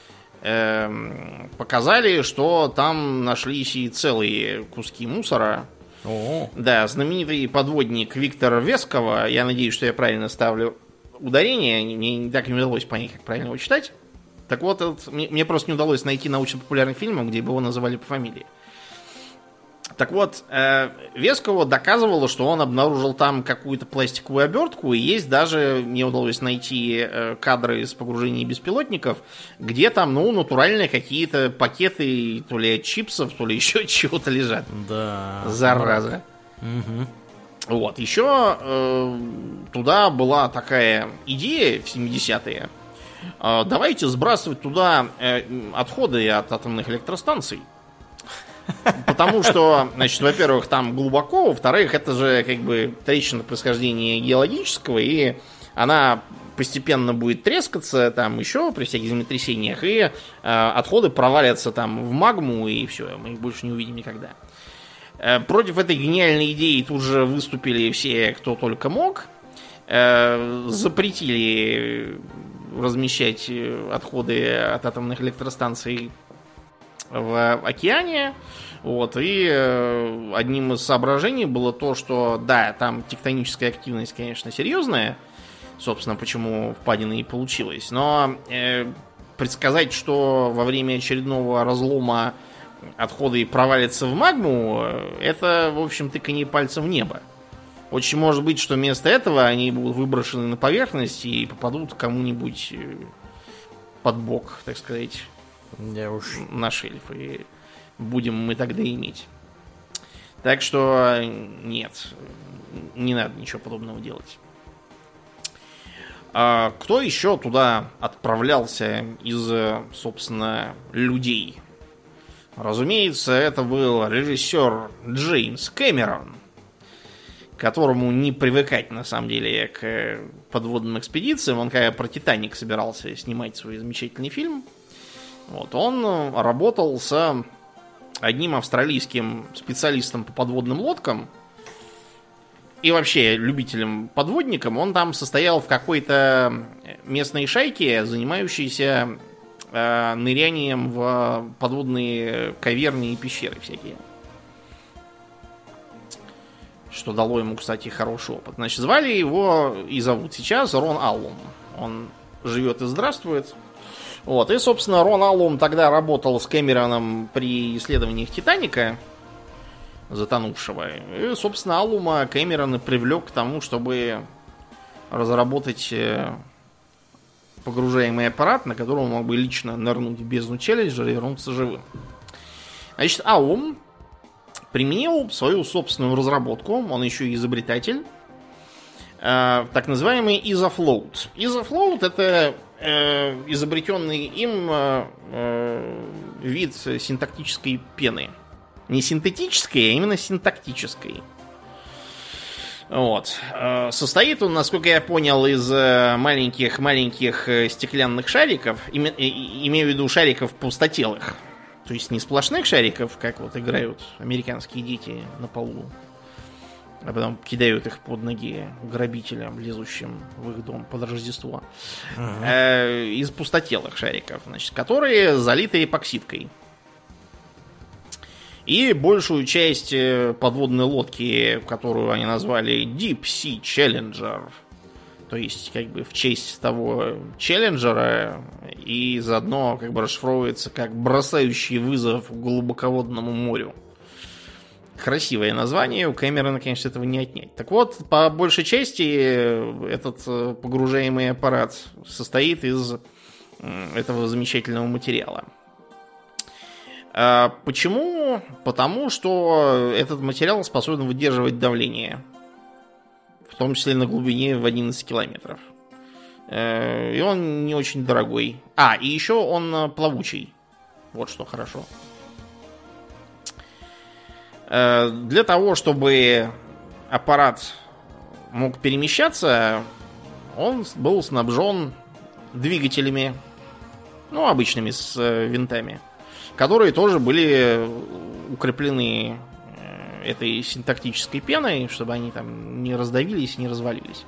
э, показали, что там нашлись и целые куски мусора. О-о. Да, знаменитый подводник Виктор Вескова, я надеюсь, что я правильно ставлю ударение, мне так и не удалось понять, как правильно его читать. Так вот, это, мне, мне просто не удалось найти научно-популярный фильм, где бы его называли по фамилии. Так вот, э, Вескова доказывала, что он обнаружил там какую-то пластиковую обертку, и есть даже, мне удалось найти э, кадры из погружения беспилотников, где там, ну, натуральные какие-то пакеты, то ли от чипсов, то ли еще чего-то лежат. Да. Зараза. Угу. Вот, еще э, туда была такая идея в семидесятые. Давайте сбрасывать туда отходы от атомных электростанций. Потому что, значит, во-первых, там глубоко, во-вторых, это же как бы трещина происхождения геологического, и она постепенно будет трескаться там еще при всяких землетрясениях, и э, отходы провалятся там в магму, и все, мы их больше не увидим никогда. Э, против этой гениальной идеи тут же выступили все, кто только мог. Э, запретили размещать отходы от атомных электростанций в океане. Вот. И э, одним из соображений было то, что да, там тектоническая активность, конечно, серьезная. Собственно, почему впадина и получилась. Но э, предсказать, что во время очередного разлома отходы провалятся в магму, это, в общем, тыканье пальцем в небо. Очень может быть, что вместо этого они будут выброшены на поверхность и попадут кому-нибудь под бок, так сказать, Я уж... на шельф. И будем мы тогда иметь. Так что нет, не надо ничего подобного делать. А кто еще туда отправлялся из, собственно, людей? Разумеется, это был режиссер Джеймс Кэмерон, которому не привыкать, на самом деле, к подводным экспедициям. Он, когда про «Титаник» собирался снимать свой замечательный фильм, вот, он работал с одним австралийским специалистом по подводным лодкам и вообще любителем подводником. Он там состоял в какой-то местной шайке, занимающейся э, нырянием в подводные каверны и пещеры всякие. Что дало ему, кстати, хороший опыт. Значит, звали его и зовут сейчас Рон Аллум. Он живет и здравствует. Вот. И, собственно, Рон Аллум тогда работал с Кэмероном при исследованиях «Титаника», затонувшего. И, собственно, Аллума Кэмерон привлек к тому, чтобы разработать погружаемый аппарат, на котором он мог бы лично нырнуть в бездну Челленджера и вернуться живым. Значит, Аллум применил свою собственную разработку, он еще и изобретатель, э, так называемый Изофлоут. Изофлоут — это э, изобретенный им э, э, вид синтактической пены. Не синтетической, а именно синтактической. Вот. Э, состоит он, насколько я понял, из маленьких-маленьких стеклянных шариков, име, э, имею в виду шариков пустотелых. То есть не сплошных шариков, как вот играют американские дети на полу, а потом кидают их под ноги грабителям, лезущим в их дом под Рождество. Uh-huh. Э, из пустотелых шариков, значит, которые залиты эпоксидкой. И большую часть подводной лодки, которую они назвали Deep Sea Challenger, то есть как бы в честь того Челленджера, и заодно как бы расшифровывается как бросающий вызов глубоководному морю. Красивое название, у Кэмерона, конечно, этого не отнять. Так вот, по большей части этот погружаемый аппарат состоит из этого замечательного материала. Почему? Потому что этот материал способен выдерживать давление, в том числе на глубине в одиннадцать километров. И он не очень дорогой. А, и еще он плавучий. Вот что хорошо. Для того, чтобы аппарат мог перемещаться, он был снабжен двигателями, ну, обычными с винтами, которые тоже были укреплены этой синтактической пеной, чтобы они там не раздавились, не развалились.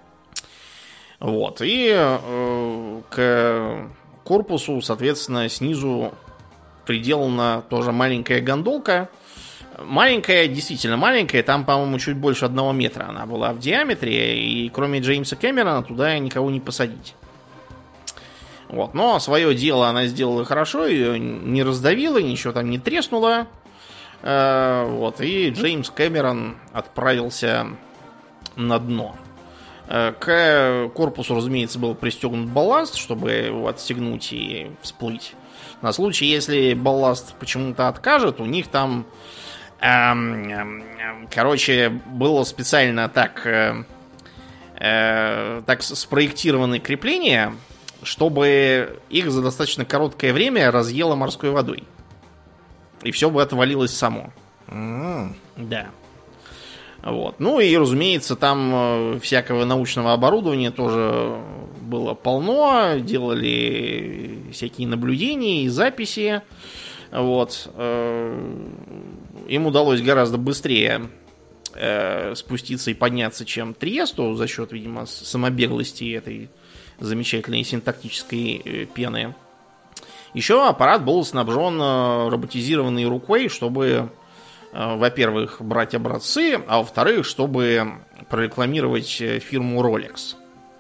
Вот. И э, к корпусу, соответственно, снизу приделана тоже маленькая гондолка. Маленькая, действительно маленькая, там, по-моему, чуть больше одного метра она была в диаметре, и кроме Джеймса Кэмерона туда никого не посадить. Вот. Но свое дело она сделала хорошо, ее не раздавила, ничего там не треснуло. Вот, и Джеймс Кэмерон отправился на дно. К корпусу, разумеется, был пристегнут балласт, чтобы его отстегнуть и всплыть. На случай, если балласт почему-то откажет, у них там, эм, эм, короче, было специально так, э, э, так спроектированы крепления, чтобы их за достаточно короткое время разъело морской водой. И все бы отвалилось само. Mm. Да. Вот. Ну и, разумеется, там всякого научного оборудования тоже было полно. Делали всякие наблюдения и записи. Вот. Им удалось гораздо быстрее спуститься и подняться, чем Триесту, за счет, видимо, самобеглости этой замечательной синтактической пены. Еще аппарат был снабжен роботизированной рукой, чтобы, во-первых, брать образцы, а во-вторых, чтобы прорекламировать фирму Rolex.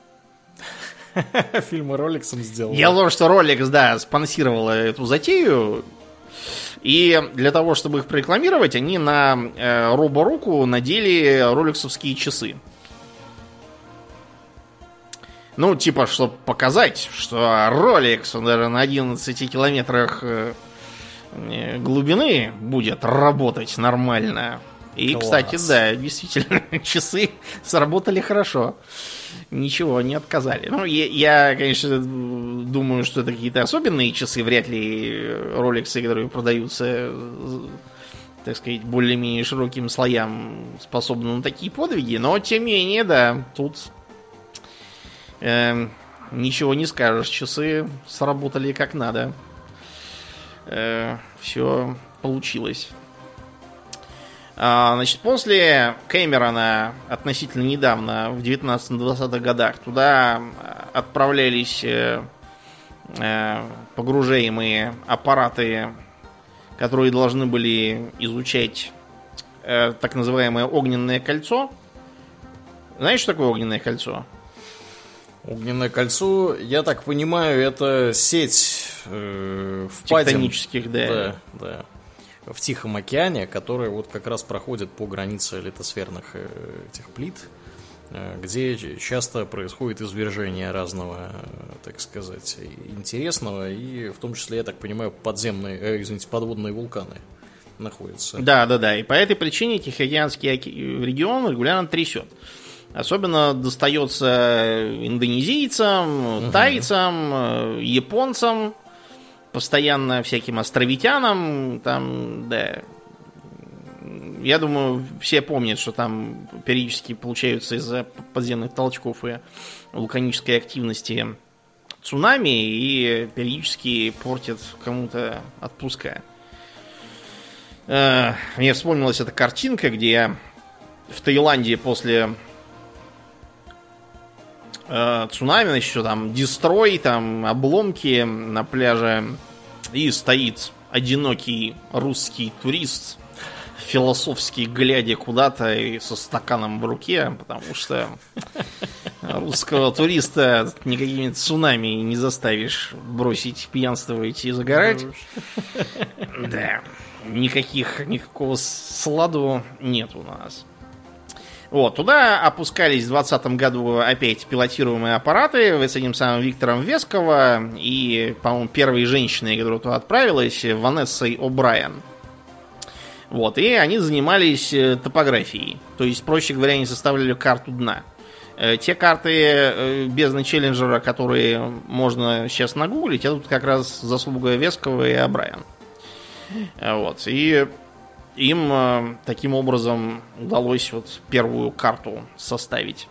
Фильмы Ролексом сделал. Дело в том, что Rolex, да, спонсировала эту затею. И для того, чтобы их прорекламировать, они на э, роборуку надели ролексовские часы. Ну, типа, чтобы показать, что Rolex, он даже на одиннадцати километрах глубины будет работать нормально. И, Класс. кстати, да, действительно, часы сработали хорошо. Ничего, не отказали. Ну, я, я, конечно, думаю, что это какие-то особенные часы. Вряд ли Rolex, которые продаются, так сказать, более-менее широким слоям, способны на такие подвиги. Но, тем не менее, да, тут э, ничего не скажешь. Часы сработали как надо. Э, все получилось. Значит, после Кэмерона относительно недавно, в девятнадцатом-двадцатых годах, туда отправлялись погружаемые аппараты, которые должны были изучать так называемое огненное кольцо. Знаешь, что такое огненное кольцо? Огненное кольцо, я так понимаю, это сеть э, впадин. Тектонических, да. Да, да. В Тихом океане, которая вот как раз проходит по границе литосферных этих плит, где часто происходит извержение разного, так сказать, интересного, и в том числе, я так понимаю, подземные, э, извините, подводные вулканы находятся. Да, да, да. И по этой причине Тихоокеанский регион регулярно трясет. Особенно достается индонезийцам, угу. тайцам, японцам, постоянно всяким островитянам, там, да. Я думаю, все помнят, что там периодически получаются из-за подземных толчков и вулканической активности цунами и периодически портят кому-то отпуска. Мне вспомнилась эта картинка, где в Таиланде после цунами, значит, что там, дестрой, там, обломки на пляже, и стоит одинокий русский турист, философски глядя куда-то и со стаканом в руке, потому что русского туриста никакими цунами не заставишь бросить пьянствовать и загорать. Да, никаких, никакого сладу нет у нас. Вот, туда опускались в двадцатом году опять пилотируемые аппараты с этим самым Виктором Вескова и, по-моему, первой женщиной, которая туда отправилась, Ванессой О'Брайен. Вот, и они занимались топографией. То есть, проще говоря, они составляли карту дна. Те карты бездны Челленджера, которые можно сейчас нагуглить, это тут как раз заслуга Вескова и О'Брайен. Вот, и им э, таким образом удалось вот первую карту составить.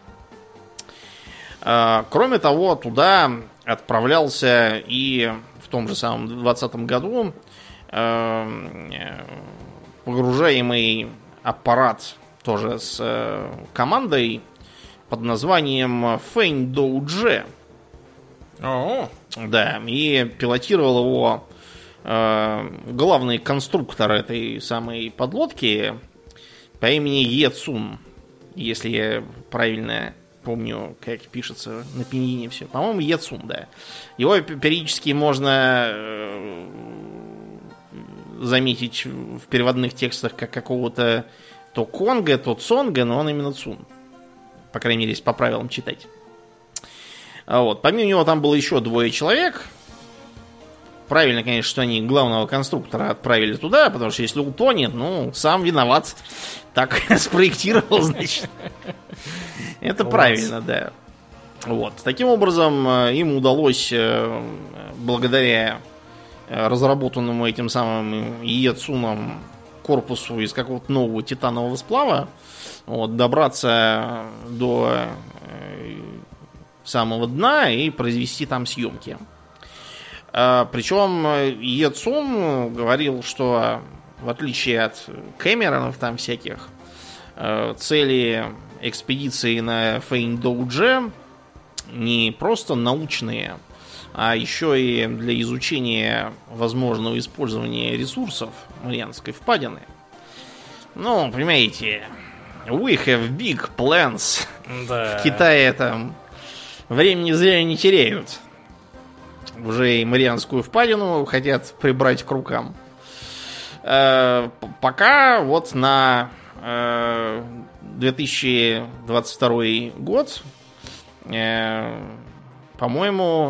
Э, кроме того, туда отправлялся и в том же самом двадцатом году э, погружаемый аппарат тоже с э, командой под названием Фэнь Доу Дже. О, да, и пилотировал его главный конструктор этой самой подлодки по имени Е Цун, если я правильно помню, как пишется на пиньине все. По-моему, Е Цун, да. Его периодически можно заметить в переводных текстах как какого-то то Конга, то Цонга, но он именно Цун. По крайней мере, если по правилам читать. Вот. Помимо него там было еще двое человек. Правильно, конечно, что они главного конструктора отправили туда, потому что если утонет, ну, сам виноват. Так спроектировал, значит. Это правильно, да. Вот. Таким образом, им удалось, благодаря разработанному этим самым Иецуном корпусу из какого-то нового титанового сплава, вот, добраться до самого дна и произвести там съемки. Причем Иецун говорил, что в отличие от Кэмеронов там всяких, цели экспедиции на Фэнь Доу Дже не просто научные, а еще и для изучения возможного использования ресурсов Марианской впадины. Ну, понимаете, we have big plans. Да. В Китае там времени зря не теряют. Уже и Марианскую впадину хотят прибрать к рукам. Э, пока вот на э, две тысячи двадцать второй год, э, по-моему,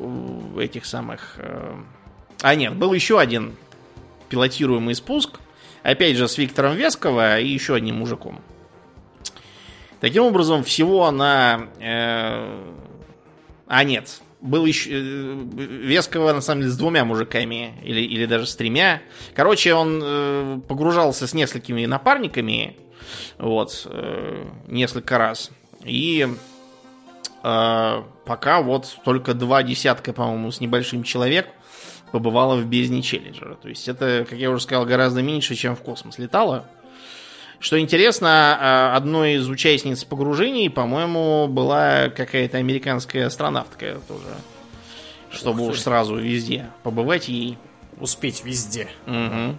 этих самых... Э, а нет, был еще один пилотируемый спуск, Опять же, с Виктором Весково и еще одним мужиком. Таким образом, всего на... Э, а нет, был еще... Э, Весково, на самом деле, с двумя мужиками. Или, или даже с тремя. Короче, он э, погружался с несколькими напарниками. Вот. Э, несколько раз. И... Э, пока вот только два десятка, по-моему, с небольшим человек побывало в бездне Челленджера. То есть это, как я уже сказал, гораздо меньше, чем в космос летало. Что интересно, одной из участниц погружений, по-моему, была какая-то американская астронавтка тоже. Чтобы уж сразу везде побывать ей. Успеть везде. Угу.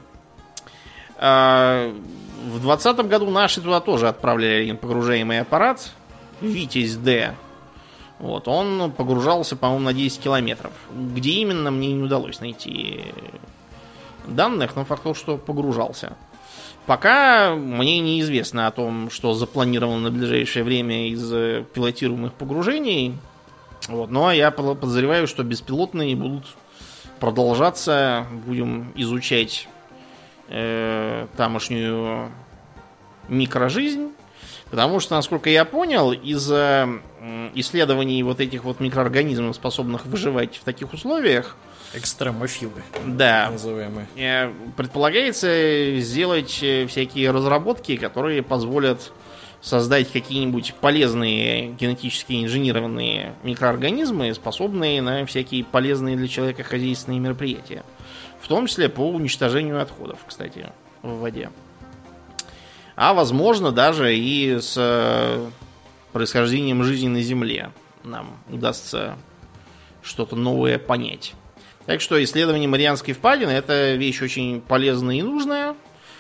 А, в двадцатом году наши туда тоже отправляли один погружаемый аппарат. Витязь-Д. Вот, он погружался, по-моему, на десять километров. Где именно, мне не удалось найти данных, но факт, что погружался. Пока мне неизвестно о том, что запланировано на ближайшее время из пилотируемых погружений. Вот, но я подозреваю, что беспилотные будут продолжаться. Будем изучать э, тамошнюю микрожизнь. Потому что, насколько я понял, из-за исследований вот этих вот микроорганизмов, способных выживать в таких условиях, экстремофилы, да, называемые, предполагается сделать всякие разработки, которые позволят создать какие-нибудь полезные генетически инженерированные микроорганизмы, способные на всякие полезные для человека хозяйственные мероприятия. В том числе по уничтожению отходов, кстати, в воде. А возможно даже и с происхождением жизни на Земле нам удастся что-то новое понять. Так что исследование Марианской впадины — это вещь очень полезная и нужная.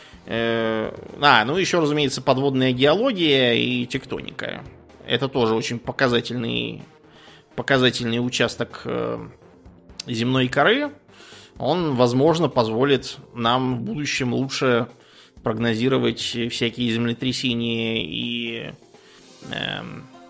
А, ну еще, разумеется, подводная геология и тектоника. Это тоже очень показательный, показательный участок земной коры. Он, возможно, позволит нам в будущем лучше прогнозировать всякие землетрясения и э,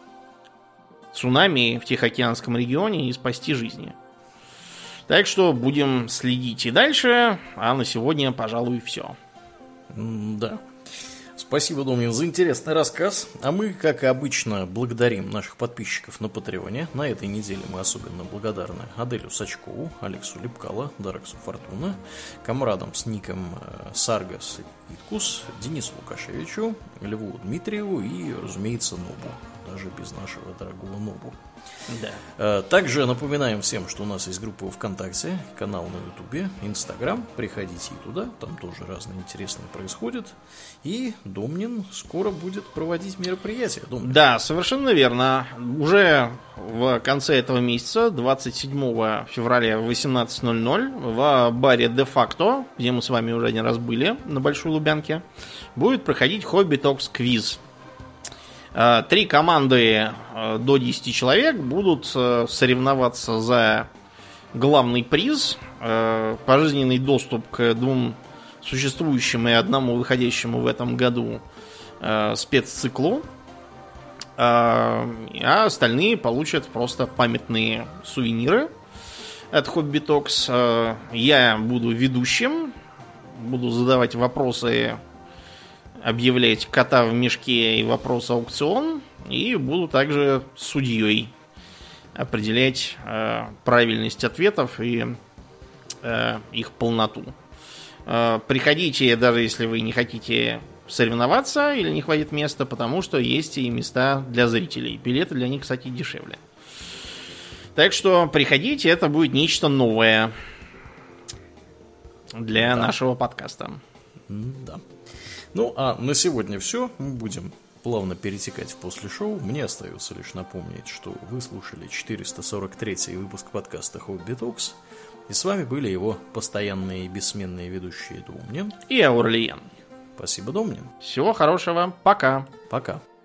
цунами в Тихоокеанском регионе и спасти жизни. Так что будем следить и дальше, а на сегодня, пожалуй, все. Да. Спасибо, Домнин, за интересный рассказ. А мы, как и обычно, благодарим наших подписчиков на Патреоне. На этой неделе мы особенно благодарны Аделю Сачкову, Алексу Лепкало, Дараксу Фортуна, комрадам с ником Саргас Иткус, Денису Лукашевичу, Льву Дмитриеву и, разумеется, Нобу. Даже без нашего дорогого Нобу. Да. Также напоминаем всем, что у нас есть группа ВКонтакте, канал на Ютубе, Инстаграм. Приходите и туда, там тоже разное интересное происходит. И Домнин скоро будет проводить мероприятия. Домнин. Да, совершенно верно. Уже в конце этого месяца, двадцать седьмого февраля в восемнадцать ноль ноль, в баре Де-факто, где мы с вами уже один раз были, на Большой Лубянке, будет проходить Хобби Токс квиз. Три команды до десяти человек будут соревноваться за главный приз, пожизненный доступ к двум существующим и одному выходящему в этом году спецциклу, а остальные получат просто памятные сувениры от Hobby Talks. Я буду ведущим, буду задавать вопросы, объявлять кота в мешке и вопрос аукцион, и буду также судьей определять э, правильность ответов и э, их полноту. Э, приходите, даже если вы не хотите соревноваться или не хватит места, потому что есть и места для зрителей. Билеты для них, кстати, дешевле. Так что приходите, это будет нечто новое для да. нашего подкаста. Да. Ну, а на сегодня все. Мы будем плавно перетекать в после шоу. Мне остается лишь напомнить, что вы слушали четыреста сорок третий выпуск подкаста Hobby Talks. И с вами были его постоянные и бессменные ведущие Домнин и Аурлиен. Спасибо, Домнин. Всего хорошего. Пока. Пока.